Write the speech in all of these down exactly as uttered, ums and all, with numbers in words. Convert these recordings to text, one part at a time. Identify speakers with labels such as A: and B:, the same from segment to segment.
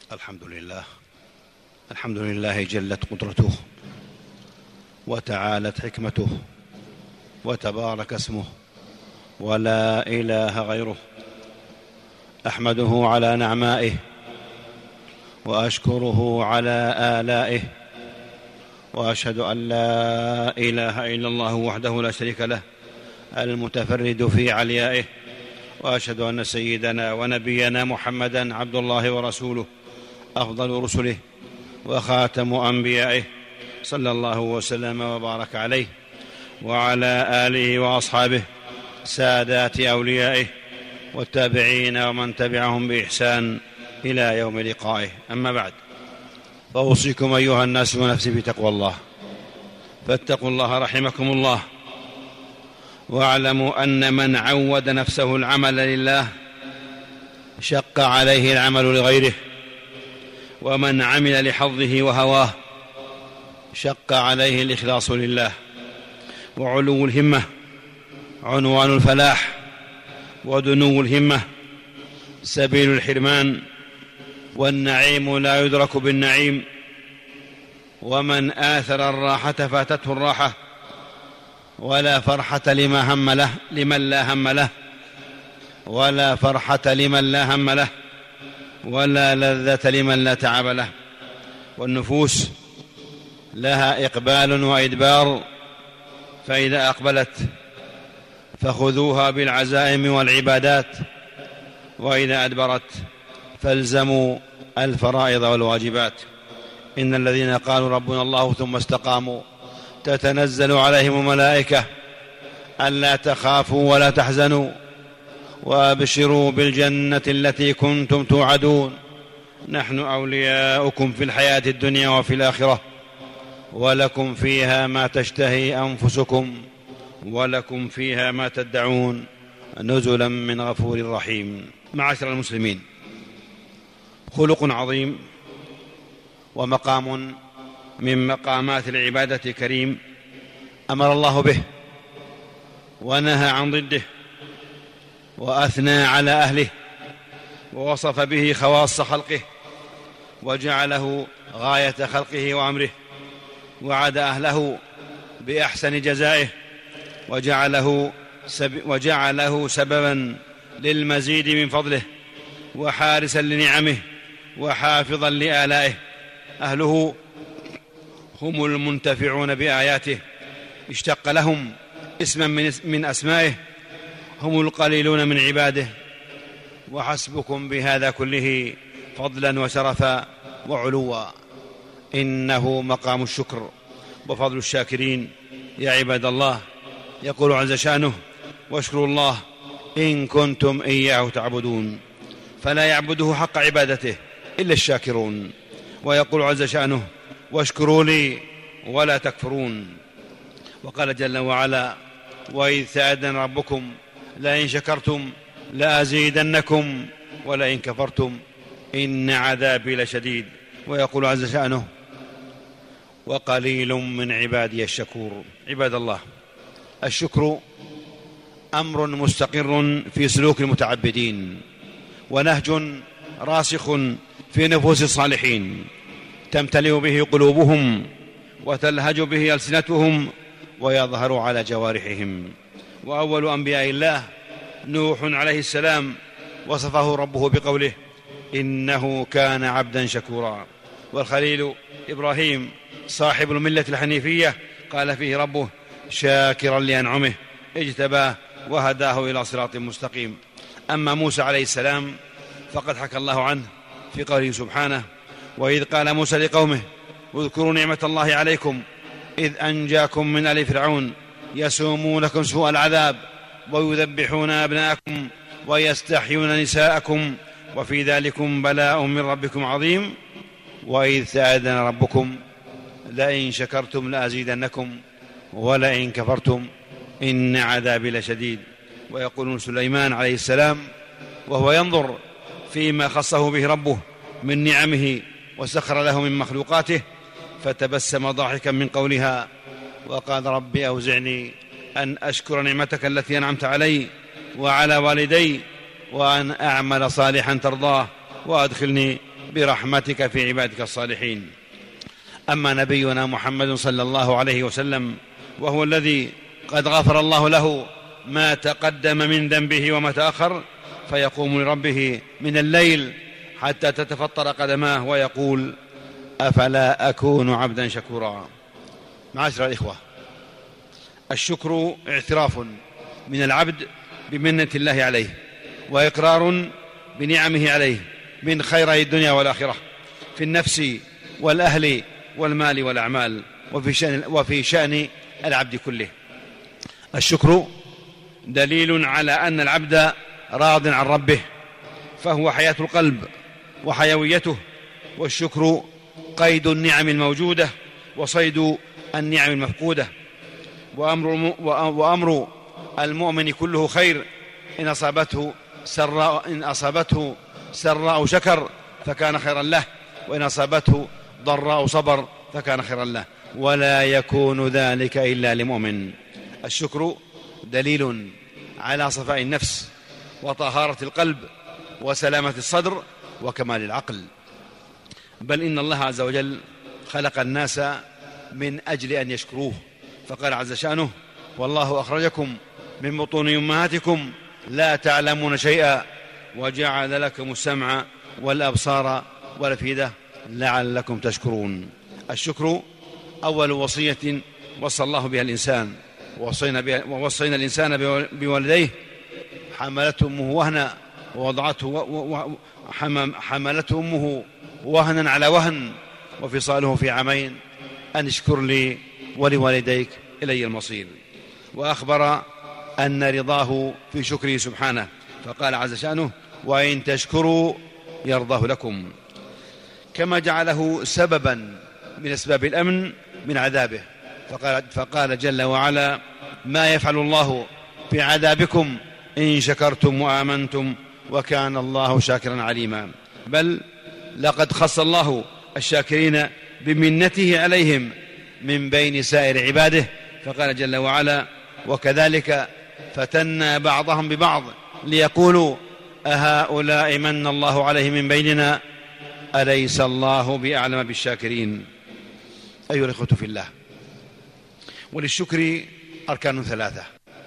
A: الحمد لله الحمد لله جلت قدرته وتعالت حكمته وتبارك اسمه ولا إله غيره. أحمده على نعمائه وأشكره على آلائه، وأشهد أن لا إله إلا الله وحده لا شريك له المتفرد في عليائه، وأشهد أن سيدنا ونبينا محمدًا عبد الله ورسوله أفضل رسله وخاتم أنبيائه، صلى الله وسلم وبارك عليه وعلى آله وأصحابه سادات أوليائه والتابعين ومن تبعهم بإحسان إلى يوم لقائه. أما بعد، فأوصيكم أيها الناس ونفسي بتقوى الله، فاتقوا الله رحمكم الله، واعلموا أن من عود نفسه العمل لله شق عليه العمل لغيره، ومن عمل لحظه وهواه شق عليه الإخلاص لله. وعلو الهمة عنوان الفلاح، ودنو الهمة سبيل الحرمان، والنعيم لا يدرك بالنعيم، ومن آثر الراحة فاتته الراحة، ولا فرحة لما هم له لمن لا هم له، ولا فرحة لمن لا هم له، ولا لذة لمن لا تعب له. والنفوس لها إقبال وإدبار، فإذا أقبلت فخذوها بالعزائم والعبادات، وإذا أدبرت فالزموا الفرائض والواجبات. إن الذين قالوا ربنا الله ثم استقاموا تتنزل عليهم الملائكة ألا تخافوا ولا تحزنوا وأبشروا بالجنة التي كنتم توعدون، نحن أولياؤكم في الحياة الدنيا وفي الآخرة، ولكم فيها ما تشتهي أنفسكم ولكم فيها ما تدعون، نزلا من غفور رحيم. معاشر المسلمين، خلق عظيم ومقام من مقامات العبادة كريم أمر الله به ونهى عن ضده، وأثنى على أهله ووصف به خواص خلقه، وجعله غاية خلقه وأمره، وعد أهله بأحسن جزائه، وجعله, سب وجعله سببا للمزيد من فضله، وحارسا لنعمه، وحافظا لآلائه. أهله هم المنتفعون بآياته، اشتق لهم اسما من أسمائه، هم القليلون من عباده. وحسبكم بهذا كله فضلا وشرفا وعلوا. إنه مقام الشكر وفضل الشاكرين يا عباد الله. يقول عز شأنه: واشكروا الله إن كنتم إياه تعبدون، فلا يعبده حق عبادته إلا الشاكرون. ويقول عز شأنه: واشكروا لي ولا تكفرون. وقال جل وعلا: وإذ تأذن ربكم لئن شكرتم لأزيدنكم ولئن كفرتم إن عذابي لشديد. ويقول عز شأنه: وقليل من عبادي الشكور. عباد الله، الشكر أمر مستقر في سلوك المتعبدين، ونهج راسخ في نفوس الصالحين، تمتلئ به قلوبهم وتلهج به ألسنتهم ويظهر على جوارحهم. وأول أنبياء الله نوح عليه السلام وصفه ربه بقوله: إنه كان عبدا شكورا. والخليل إبراهيم صاحب الملة الحنيفية قال فيه ربه: شاكرا لأنعمه اجتباه وهداه إلى صراط مستقيم. أما موسى عليه السلام فقد حكى الله عنه في قوله سبحانه: وإذ قال موسى لقومه اذكروا نعمة الله عليكم إذ أنجاكم من آل فرعون يسومونكم سوء العذاب ويذبحون أبناءكم ويستحيون نساءكم وفي ذلكم بلاء من ربكم عظيم. وإذ تأذن ربكم لئن شكرتم لأزيدنكم ولئن كفرتم إن عذابي لشديد. ويقول سليمان عليه السلام وهو ينظر فيما خصه به ربه من نعمه وسخر له من مخلوقاته فتبسم ضاحكا من قولها: وقال رب أوزعني أن أشكر نعمتك التي أنعمت علي وعلى والدي وأن أعمل صالحا ترضاه وأدخلني برحمتك في عبادك الصالحين. أما نبينا محمد صلى الله عليه وسلم وهو الذي قد غفر الله له ما تقدم من ذنبه وما تأخر، فيقوم لربه من الليل حتى تتفطر قدماه ويقول: أفلا أكون عبدا شكورا. معاشر الإخوة، الشكر اعتراف من العبد بمنة الله عليه، وإقرار بنعمه عليه من خيري الدنيا والآخرة في النفس والأهل والمال والأعمال، وفي شأن, وفي شأن العبد كله. الشكر دليل على أن العبد راض عن ربه، فهو حياة القلب وحيويته، والشكر قيد النعم الموجودة وصيد النعم المفقودة. وأمر, وأمر المؤمن كله خير، إن أصابته سراء, إن أصابته سراء شكر فكان خيرا له، وإن أصابته ضراء صبر فكان خيرا له، ولا يكون ذلك إلا لمؤمن. الشكر دليل على صفاء النفس وطهارة القلب وسلامة الصدر وكمال العقل. بل إن الله عز وجل خلق الناس من أجل أن يشكروه، فقال عز شأنه: والله أخرجكم من بطون أمهاتكم لا تعلمون شيئا وجعل لكم السمع والأبصار والأفئدة لعلكم تشكرون. الشكر أول وصية وصى الله بها الإنسان، ووصينا, بها ووصينا الإنسان بوالديه: حملته أمه وهنا ووضعته حملته أمه وهنا على وهن وفصاله في عامين أن اشكر لي ولوالديك إلي المصير. وأخبر أن رضاه في شكره سبحانه، فقال عز شأنه: وإن تشكروا يرضاه لكم. كما جعله سببا من أسباب الأمن من عذابه، فقال, فقال جل وعلا: ما يفعل الله بعذابكم إن شكرتم وآمنتم وكان الله شاكرا عليما. بل لقد خص الله الشاكرين بمنته عليهم من بين سائر عباده، فقال جل وعلا: وكذلك فتنا بعضهم ببعض ليقولوا أهؤلاء من الله عليهم من بيننا أليس الله بأعلم بالشاكرين. أيها الإخوة في الله، وللشكر أركان ثلاثة: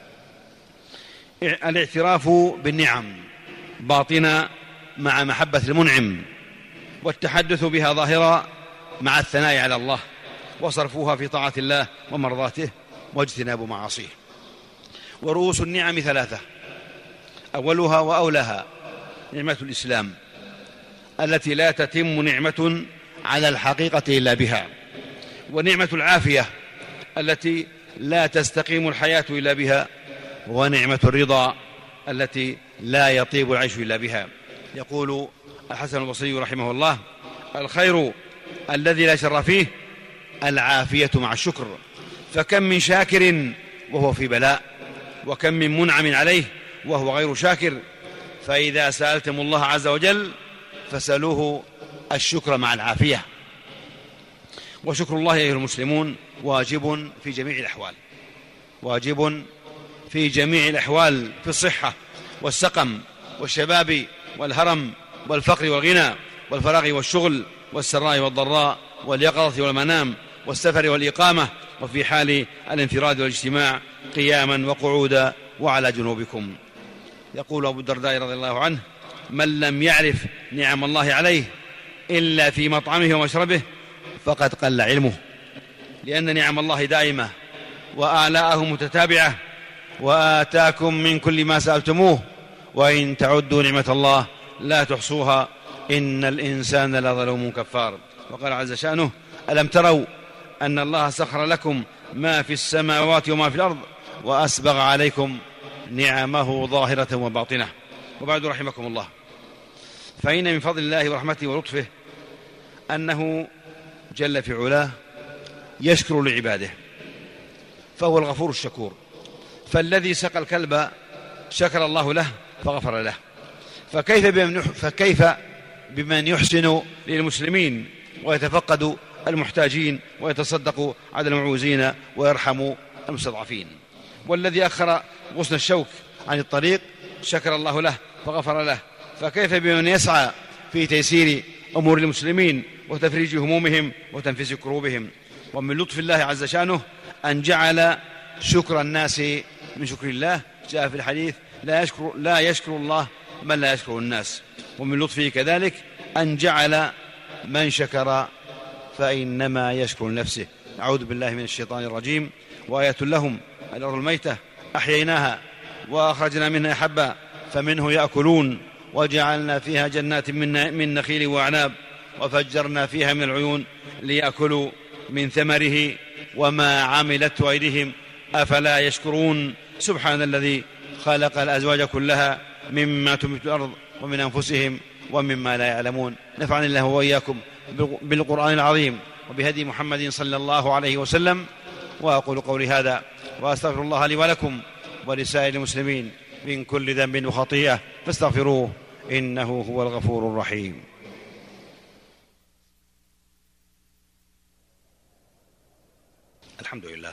A: الاعتراف بالنعم باطنا مع محبة المنعم، والتحدث بها ظاهرا مع الثناء على الله، وصرفوها في طاعة الله ومرضاته واجتناب معاصيه. ورؤوس النعم ثلاثة: أولها وأولها نعمة الإسلام التي لا تتم نعمة على الحقيقة إلا بها، ونعمة العافية التي لا تستقيم الحياة إلا بها، ونعمة الرضا التي لا يطيب العيش إلا بها. يقول الحسن البصري رحمه الله: الخير الذي لا شر فيه العافية مع الشكر، فكم من شاكر وهو في بلاء، وكم من منعم عليه وهو غير شاكر. فإذا سألتم الله عز وجل فسألوه الشكر مع العافية. وشكر الله أيها المسلمون واجب في جميع الأحوال، واجب في جميع الأحوال، في الصحة والسقم والشباب والهرم والفقر والغنى والفراغ والشغل والسراء والضراء واليقظة والمنام والسفر والإقامة، وفي حال الانفراد والاجتماع قياما وقعودا وعلى جنوبكم. يقول أبو الدرداء رضي الله عنه: من لم يعرف نعم الله عليه إلا في مطعمه ومشربه فقد قل علمه، لأن نعم الله دائمة وآلاءه متتابعة، وآتاكم من كل ما سألتموه وإن تعدوا نعمة الله لا تحصوها إن الإنسان لظلوم كفار. وقال عز شأنه: ألم تروا أن الله سخر لكم ما في السماوات وما في الأرض وأسبغ عليكم نعمه ظاهرة وباطنة. وبعد، رحمكم الله، فإن من فضل الله ورحمته ولطفه أنه جل في علاه يشكر لعباده، فهو الغفور الشكور. فالذي سقى الكلب شكر الله له فغفر له، فكيف بمن, فكيف بمن يحسن للمسلمين ويتفقد المحتاجين ويتصدق على المعوزين ويرحم المستضعفين. والذي أخر غصن الشوك عن الطريق شكر الله له فغفر له، فكيف بمن يسعى في تيسير أمور المسلمين وتفريج همومهم وتنفيس كروبهم. ومن لطف الله عز شانه أن جعل شكر الناس من شكر الله. جاء في الحديث لا يشكر, لا يشكر الله من لا يشكر الناس. ومن لطفه كذلك أن جعل من شكر فإنما يشكر نفسه. أعوذ بالله من الشيطان الرجيم. وآية لهم الأرض الميتة أحييناها وأخرجنا منها حبا فمنه يأكلون وجعلنا فيها جنات من نخيل وأعناب وفجرنا فيها من العيون ليأكلوا من ثمره وما عملت أيديهم أفلا يشكرون. سبحان الذي خلق الأزواج كلها مما تنبت الأرض ومن أنفسهم ومما لا يعلمون. نفعني الله وإياكم بالقرآن العظيم وبهدي محمد صلى الله عليه وسلم. وأقول قولي هذا وأستغفر الله لي ولكم ولسائر المسلمين من كل ذنب وخطيئة فاستغفروه إنه هو الغفور الرحيم. الحمد لله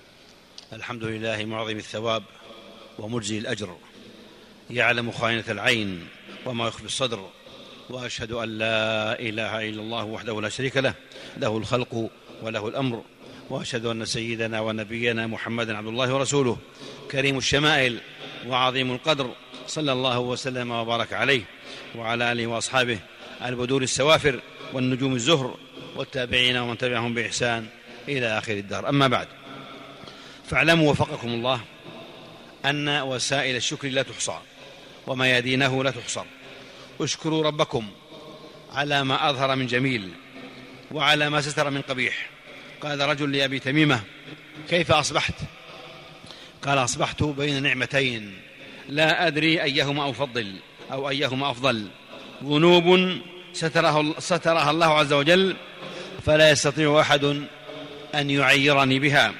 A: الحمد لله معظم الثواب ومجزي الأجر، يعلم خائنة العين وما يخفي الصدر، وأشهد أن لا إله إلا الله وحده لا شريك له، له الخلق وله الأمر، وأشهد أن سيدنا ونبينا محمدا عبد الله ورسوله كريم الشمائل وعظيم القدر، صلى الله وسلم وبارك عليه وعلى آله وأصحابه البدور السوافر والنجوم الزهر والتابعين ومن تبعهم بإحسان إلى آخر الدهر. أما بعد، فاعلموا وفقكم الله أن وسائل الشكر لا تحصى وميادينه لا تحصر. اشكروا ربكم على ما أظهر من جميل وعلى ما ستر من قبيح. قال رجل لأبي تميمة: كيف أصبحت؟ قال: أصبحت بين نعمتين لا أدري أيهما أفضل أو أيهما أفضل، ذنوب سترها, سترها الله عز وجل فلا يستطيع أحد أن يعيرني بها،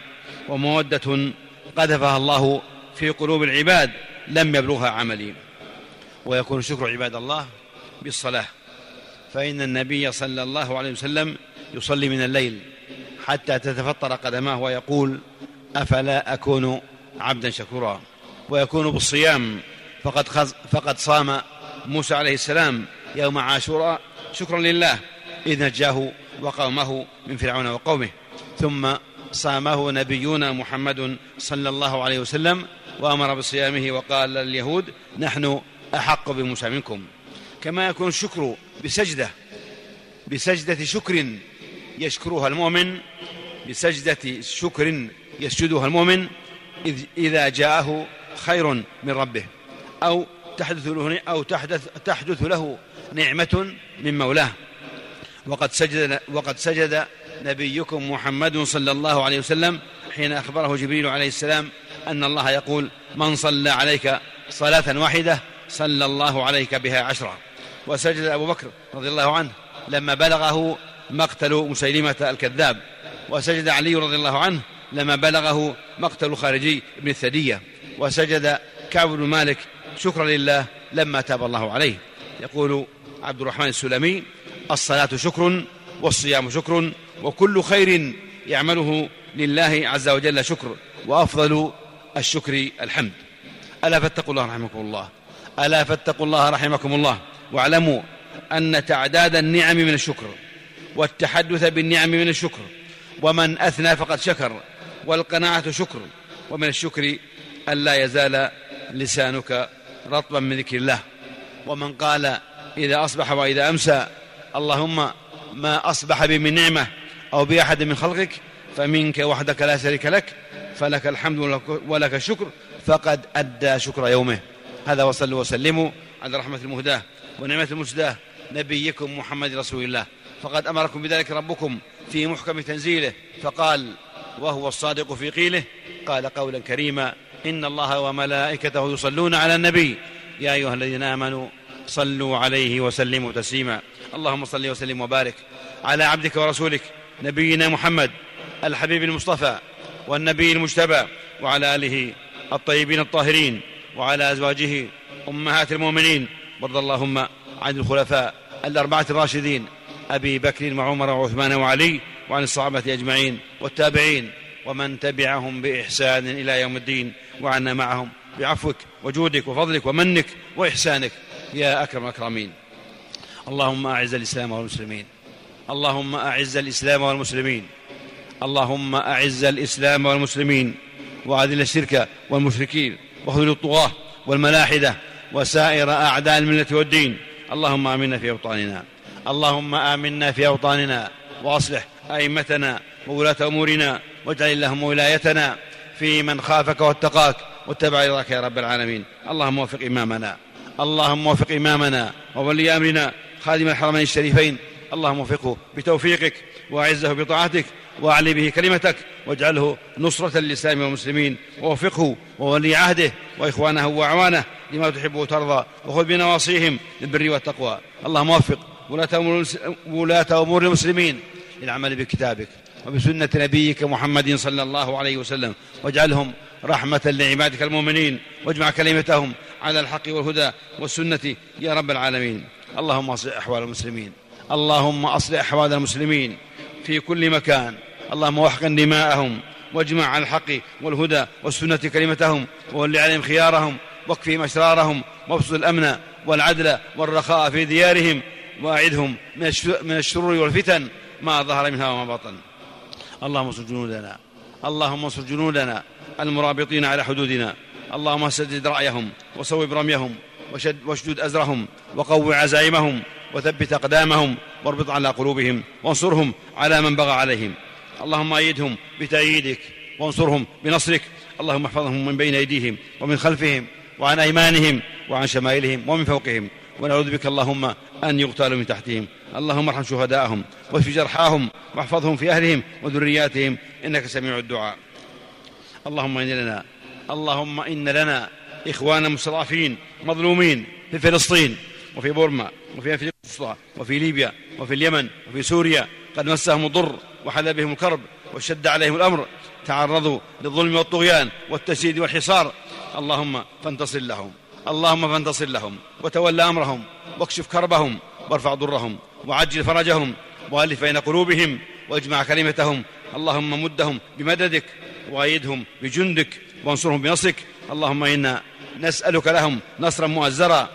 A: ومودة قذفها الله في قلوب العباد لم يبلغها عملي. ويكون الشكر عباد الله بالصلاة، فإن النبي صلى الله عليه وسلم يصلي من الليل حتى تتفطر قدماه ويقول: أفلا أكون عبدا شكورا. ويكون بالصيام، فقد, فقد صام موسى عليه السلام يوم عاشوراء شكرا لله إذ نجاه وقومه من فرعون وقومه، ثم صامه نبينا محمد صلى الله عليه وسلم وأمر بصيامه وقال لليهود: نحن أحق بموسى منكم. كما يكون الشكر بسجدة بسجدة شكر يشكرها المؤمن بسجدة شكر يسجدها المؤمن إذا جاءه خير من ربه أو تحدث له, أو تحدث, تحدث له نعمة من مولاه. وقد سجد, وقد سجد نبيكم محمد صلى الله عليه وسلم حين أخبره جبريل عليه السلام أن الله يقول: من صلى عليك صلاة واحدة صلى الله عليك بها عشرة. وسجد أبو بكر رضي الله عنه لما بلغه مقتل مسيلمة الكذاب، وسجد علي رضي الله عنه لما بلغه مقتل خارجي ابن الثدية، وسجد كعب بن مالك شكرا لله لما تاب الله عليه. يقول عبد الرحمن السلمي: الصلاة شكر والصيام شكر وكل خير يعمله لله عز وجل شكر، وأفضل الشكر الحمد. ألا فاتقوا الله رحمكم الله ألا فاتقوا الله رحمكم الله واعلموا أن تعداد النعم من الشكر، والتحدث بالنعم من الشكر، ومن أثنى فقد شكر، والقناعة شكر. ومن الشكر أن لا يزال لسانك رطبا من ذكر الله. ومن قال إذا أصبح وإذا أمسى: اللهم ما أصبح بي من نعمة أو بأحد من خلقك فمنك وحدك لا شريك لك فلك الحمد ولك الشكر، فقد أدى شكر يومه. هذا وصلوا وسلموا على رحمة المهداة ونعمة المسداة نبيكم محمد رسول الله، فقد أمركم بذلك ربكم في محكم تنزيله، فقال وهو الصادق في قيله، قال قولا كريما: إن الله وملائكته يصلون على النبي يا أيها الذين آمنوا صلوا عليه وسلموا تسليما. اللهم صل وسلم وبارك على عبدك ورسولك نبينا محمد الحبيب المصطفى والنبي المجتبى، وعلى آله الطيبين الطاهرين، وعلى أزواجه أمهات المؤمنين. وارض اللهم عن الخلفاء الأربعة الراشدين أبي بكر وعمر وعثمان وعلي، وعن الصحابة أجمعين والتابعين ومن تبعهم بإحسان إلى يوم الدين، وعنا معهم بعفوك وجودك وفضلك ومنك وإحسانك يا أكرم الأكرمين. اللهم أعز الإسلام والمسلمين اللهم أعز الإسلام والمسلمين اللهم أعز الإسلام والمسلمين وأذل الشرك والمشركين واخذل الطغاة والملاحدة وسائر أعداء الملة والدين. اللهم آمنا في أوطاننا اللهم آمنا في أوطاننا وأصلح أئمتنا وولاة أمورنا واجعل اللهم ولايتنا في من خافك واتقاك واتبع رضاك يا رب العالمين. اللهم وفق إمامنا اللهم وفق إمامنا وولي أمرنا خادم الحرمين الشريفين، اللهم وفقه بتوفيقك وأعزه بطاعتك وأعلي به كلمتك واجعله نصرة للإسلام والمسلمين، ووفقه وولي عهده وإخوانه وأعوانه لما تحب وترضى، وخذ بنواصيهم للبر والتقوى. اللهم وفق ولاة أمور المسلمين للعمل بكتابك وبسنة نبيك محمد صلى الله عليه وسلم، واجعلهم رحمة لعبادك المؤمنين، واجمع كلمتهم على الحق والهدى والسنة يا رب العالمين. اللهم أصلح أحوال المسلمين اللهم أصلح أحوال المسلمين في كل مكان. اللهم واحقن دماءهم واجمع على الحق والهدى والسنة كلمتهم، وولي عليهم خيارهم واكفهم أشرارهم، وابسط الأمن والعدل والرخاء في ديارهم، وأعذهم من الشرور والفتن ما ظهر منها وما بطن. اللهم انصر جنودنا اللهم انصر جنودنا المرابطين على حدودنا. اللهم سدد رأيهم وصوب رميهم واشدد أزرهم وقو عزائمهم وثبت أقدامهم واربط على قلوبهم، وانصرهم على من بغى عليهم. اللهم أيدهم بتأييدك وانصرهم بنصرك. اللهم احفظهم من بين أيديهم ومن خلفهم وعن أيمانهم وعن شمائلهم ومن فوقهم، ونعوذ بك اللهم أن يغتالوا من تحتهم. اللهم ارحم شهداءهم واشف جرحاهم واحفظهم في أهلهم وذرياتهم إنك سميع الدعاء. اللهم إن لنا اللهم إن لنا إخوانا مستضعفين مظلومين في فلسطين وفي بورما وفي أفريقيا الوسطى وفي ليبيا وفي اليمن وفي سوريا، قد مسهم الضر وحل بهم الكرب وشد عليهم الأمر، تعرضوا للظلم والطغيان والتشديد والحصار. اللهم فانتصر لهم اللهم فانتصر لهم وتولى أمرهم واكشف كربهم وارفع ضرهم وعجل فرجهم وألف بين قلوبهم واجمع كلمتهم. اللهم مدهم بمددك وأيدهم بجندك وانصرهم بنصرك. اللهم إنا نسألك لهم نصرا مؤزرا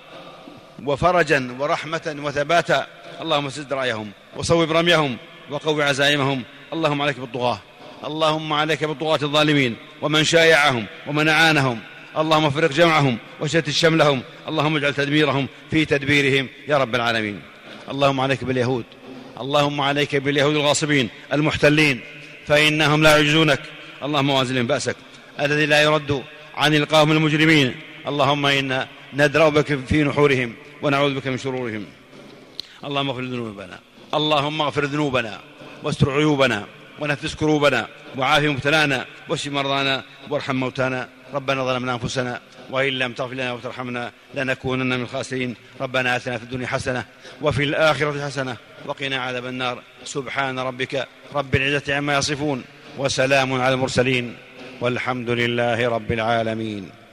A: وفرجا ورحمة وثباتا. اللهم سد رأيهم وصوب رميهم وقو عزائمهم. اللهم عليك بالطغاة اللهم عليك بالطغاة الظالمين ومن شايعهم ومن أعانهم. اللهم فرق جمعهم وشتت شملهم. اللهم اجعل تدميرهم في تدبيرهم يا رب العالمين. اللهم عليك باليهود اللهم عليك باليهود الغاصبين المحتلين، فإنهم لا يعجزونك. اللهم وازلهم بأسك الذي لا يرد عن القوم المجرمين. اللهم إنا ندرأ بك في نحورهم ونعوذ بك من شرورهم. اللهم اغفر ذنوبنا اللهم اغفر ذنوبنا واستر عيوبنا ونفس كروبنا وعاف مبتلانا واشف مرضانا وارحم موتانا. ربنا ظلمنا أنفسنا وإن لم تغفر لنا وترحمنا لنكونن من الخاسرين. ربنا آتنا في الدنيا حسنة وفي الآخرة حسنة وقنا عذاب النار. سبحان ربك رب العزة عما يصفون وسلام على المرسلين والحمد لله رب العالمين.